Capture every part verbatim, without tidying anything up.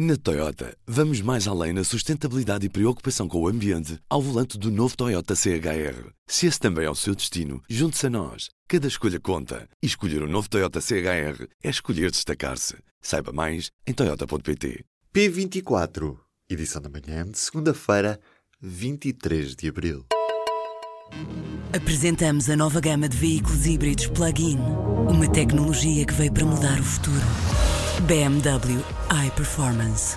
Na Toyota, vamos mais além na sustentabilidade e preocupação com o ambiente ao volante do novo Toyota C H R. Se esse também é o seu destino, junte-se a nós. Cada escolha conta. E escolher o novo Toyota C H R é escolher destacar-se. Saiba mais em toyota ponto pt. P vinte e quatro, edição da manhã de segunda-feira, vinte e três de abril. Apresentamos a nova gama de veículos híbridos plug-in. Uma tecnologia que veio para mudar o futuro. B M W iPerformance.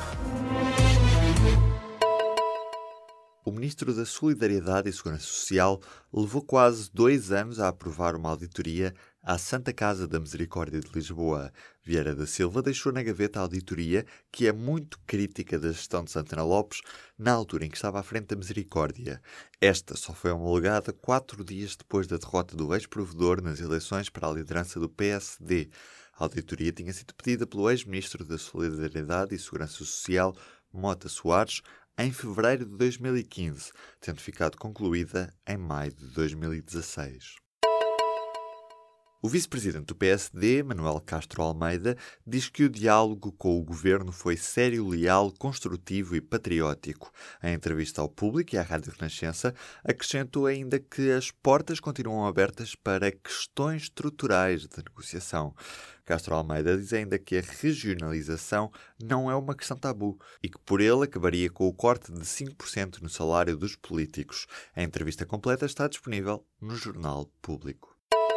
O Ministro da Solidariedade e Segurança Social levou quase dois anos a aprovar uma auditoria à Santa Casa da Misericórdia de Lisboa. Vieira da Silva deixou na gaveta a auditoria, que é muito crítica da gestão de Santana Lopes, na altura em que estava à frente da Misericórdia. Esta só foi homologada quatro dias depois da derrota do ex-provedor nas eleições para a liderança do P S D. A auditoria tinha sido pedida pelo ex-ministro da Solidariedade e Segurança Social, Mota Soares, em fevereiro de dois mil e quinze, tendo ficado concluída em maio de dois mil e dezasseis. O vice-presidente do P S D, Manuel Castro Almeida, diz que o diálogo com o governo foi sério, leal, construtivo e patriótico. Em entrevista ao Público e à Rádio Renascença, acrescentou ainda que as portas continuam abertas para questões estruturais de negociação. Castro Almeida diz ainda que a regionalização não é uma questão tabu e que por ele acabaria com o corte de cinco por cento no salário dos políticos. A entrevista completa está disponível no Jornal Público.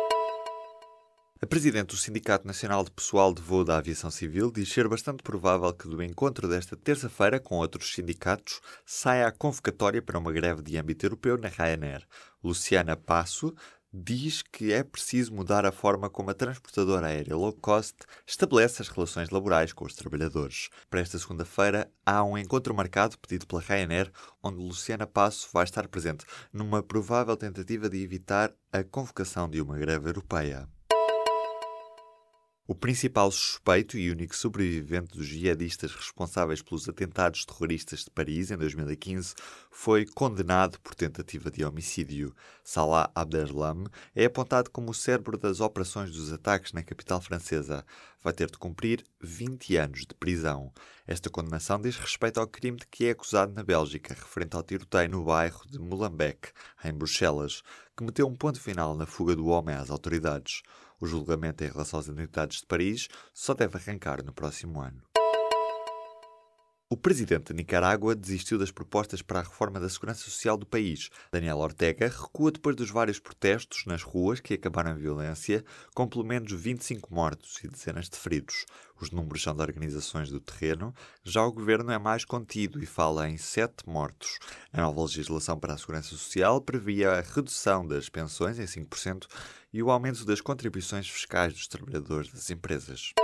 A presidente do Sindicato Nacional de Pessoal de Voo da Aviação Civil diz ser bastante provável que do encontro desta terça-feira com outros sindicatos saia a convocatória para uma greve de âmbito europeu na Ryanair. Luciana Passo diz que é preciso mudar a forma como a transportadora aérea low cost estabelece as relações laborais com os trabalhadores. Para esta segunda-feira há um encontro marcado pedido pela Ryanair, onde Luciana Passo vai estar presente, numa provável tentativa de evitar a convocação de uma greve europeia. O principal suspeito e único sobrevivente dos jihadistas responsáveis pelos atentados terroristas de Paris em dois mil e quinze foi condenado por tentativa de homicídio. Salah Abdeslam é apontado como o cérebro das operações dos ataques na capital francesa. Vai ter de cumprir vinte anos de prisão. Esta condenação diz respeito ao crime de que é acusado na Bélgica, referente ao tiroteio no bairro de Molenbeek, em Bruxelas, que meteu um ponto final na fuga do homem às autoridades. O julgamento em relação aos atentados de Paris só deve arrancar no próximo ano. O presidente de Nicarágua desistiu das propostas para a reforma da segurança social do país. Daniel Ortega recua depois dos vários protestos nas ruas que acabaram em violência, com pelo menos vinte e cinco mortos e dezenas de feridos. Os números são de organizações do terreno. Já o governo é mais contido e fala em sete mortos. A nova legislação para a segurança social previa a redução das pensões em cinco por cento e o aumento das contribuições fiscais dos trabalhadores das empresas.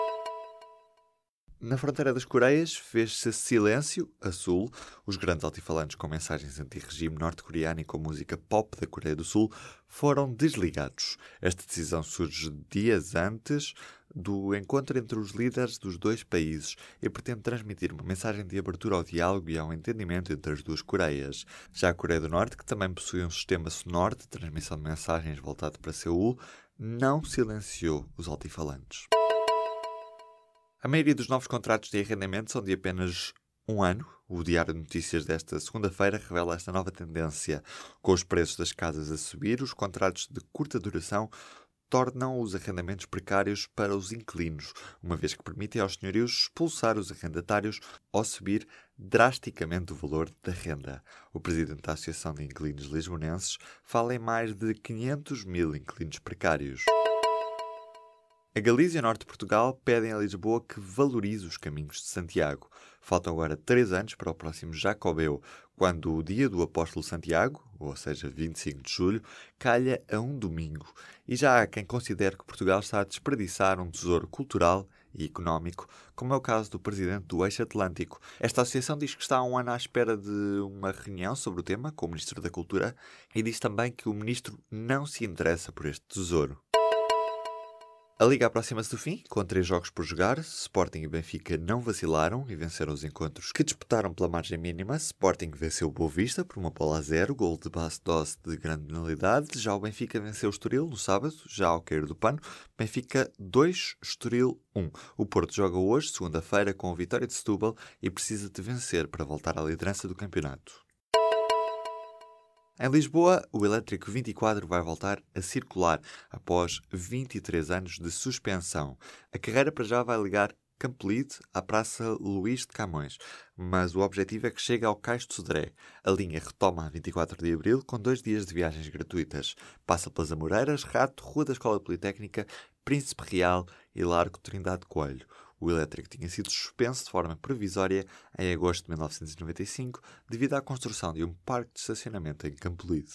Na fronteira das Coreias fez-se silêncio a sul. Os grandes altifalantes com mensagens anti-regime norte-coreano e com música pop da Coreia do Sul foram desligados. Esta decisão surge dias antes do encontro entre os líderes dos dois países e pretende transmitir uma mensagem de abertura ao diálogo e ao entendimento entre as duas Coreias. Já a Coreia do Norte, que também possui um sistema sonoro de transmissão de mensagens voltado para Seul, não silenciou os altifalantes. A maioria dos novos contratos de arrendamento são de apenas um ano. O Diário de Notícias desta segunda-feira revela esta nova tendência. Com os preços das casas a subir, os contratos de curta duração tornam os arrendamentos precários para os inquilinos, uma vez que permitem aos senhorios expulsar os arrendatários ou subir drasticamente o valor da renda. O presidente da Associação de Inquilinos Lisbonenses fala em mais de quinhentos mil inquilinos precários. A Galiza e o Norte de Portugal pedem a Lisboa que valorize os caminhos de Santiago. Faltam agora três anos para o próximo Jacobeu, quando o dia do Apóstolo Santiago, ou seja, vinte e cinco de julho, calha a um domingo. E já há quem considere que Portugal está a desperdiçar um tesouro cultural e económico, como é o caso do presidente do Eixo Atlântico. Esta associação diz que está há um ano à espera de uma reunião sobre o tema com o Ministro da Cultura e diz também que o Ministro não se interessa por este tesouro. A Liga aproxima-se do fim, com três jogos por jogar. Sporting e Benfica não vacilaram e venceram os encontros que disputaram pela margem mínima. Sporting venceu o Boa Vista por uma bola a zero, gol de Bastos de grande penalidade. Já o Benfica venceu o Estoril no sábado, já ao cair do pano. Benfica dois, Estoril um. O Porto joga hoje, segunda-feira, com a vitória de Setúbal e precisa de vencer para voltar à liderança do campeonato. Em Lisboa, o Elétrico vinte e quatro vai voltar a circular após vinte e três anos de suspensão. A carreira para já vai ligar Campolide à Praça Luís de Camões, mas o objetivo é que chegue ao Cais de Sodré. A linha retoma a vinte e quatro de abril com dois dias de viagens gratuitas. Passa pelas Amoreiras, Rato, Rua da Escola Politécnica, Príncipe Real e Largo Trindade Coelho. O Elétrico tinha sido suspenso de forma provisória em agosto de mil novecentos e noventa e cinco devido à construção de um parque de estacionamento em Campolide.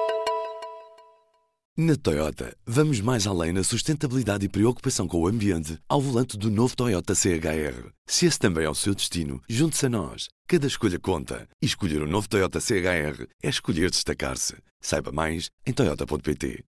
Na Toyota, vamos mais além na sustentabilidade e preocupação com o ambiente ao volante do novo Toyota C H R. Se esse também é o seu destino, junte-se a nós. Cada escolha conta. E escolher o novo Toyota C H R é escolher destacar-se. Saiba mais em toyota ponto pt.